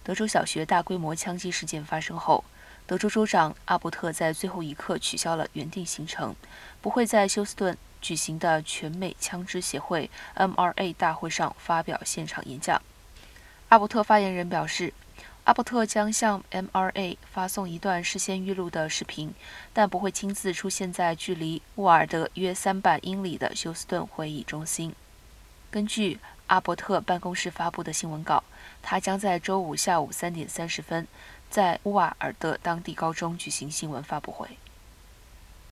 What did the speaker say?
德州小学大规模枪击事件发生后，德州州长阿伯特在最后一刻取消了原定行程，不会在休斯顿举行的全美枪支协会 （MRA） 大会上发表现场演讲。阿伯特发言人表示，阿伯特将向 MRA 发送一段事先预录的视频，但不会亲自出现在距离沃尔德约300英里的休斯顿会议中心。根据阿伯特办公室发布的新闻稿，他将在周五下午3点30分在乌瓦尔德当地高中举行新闻发布会。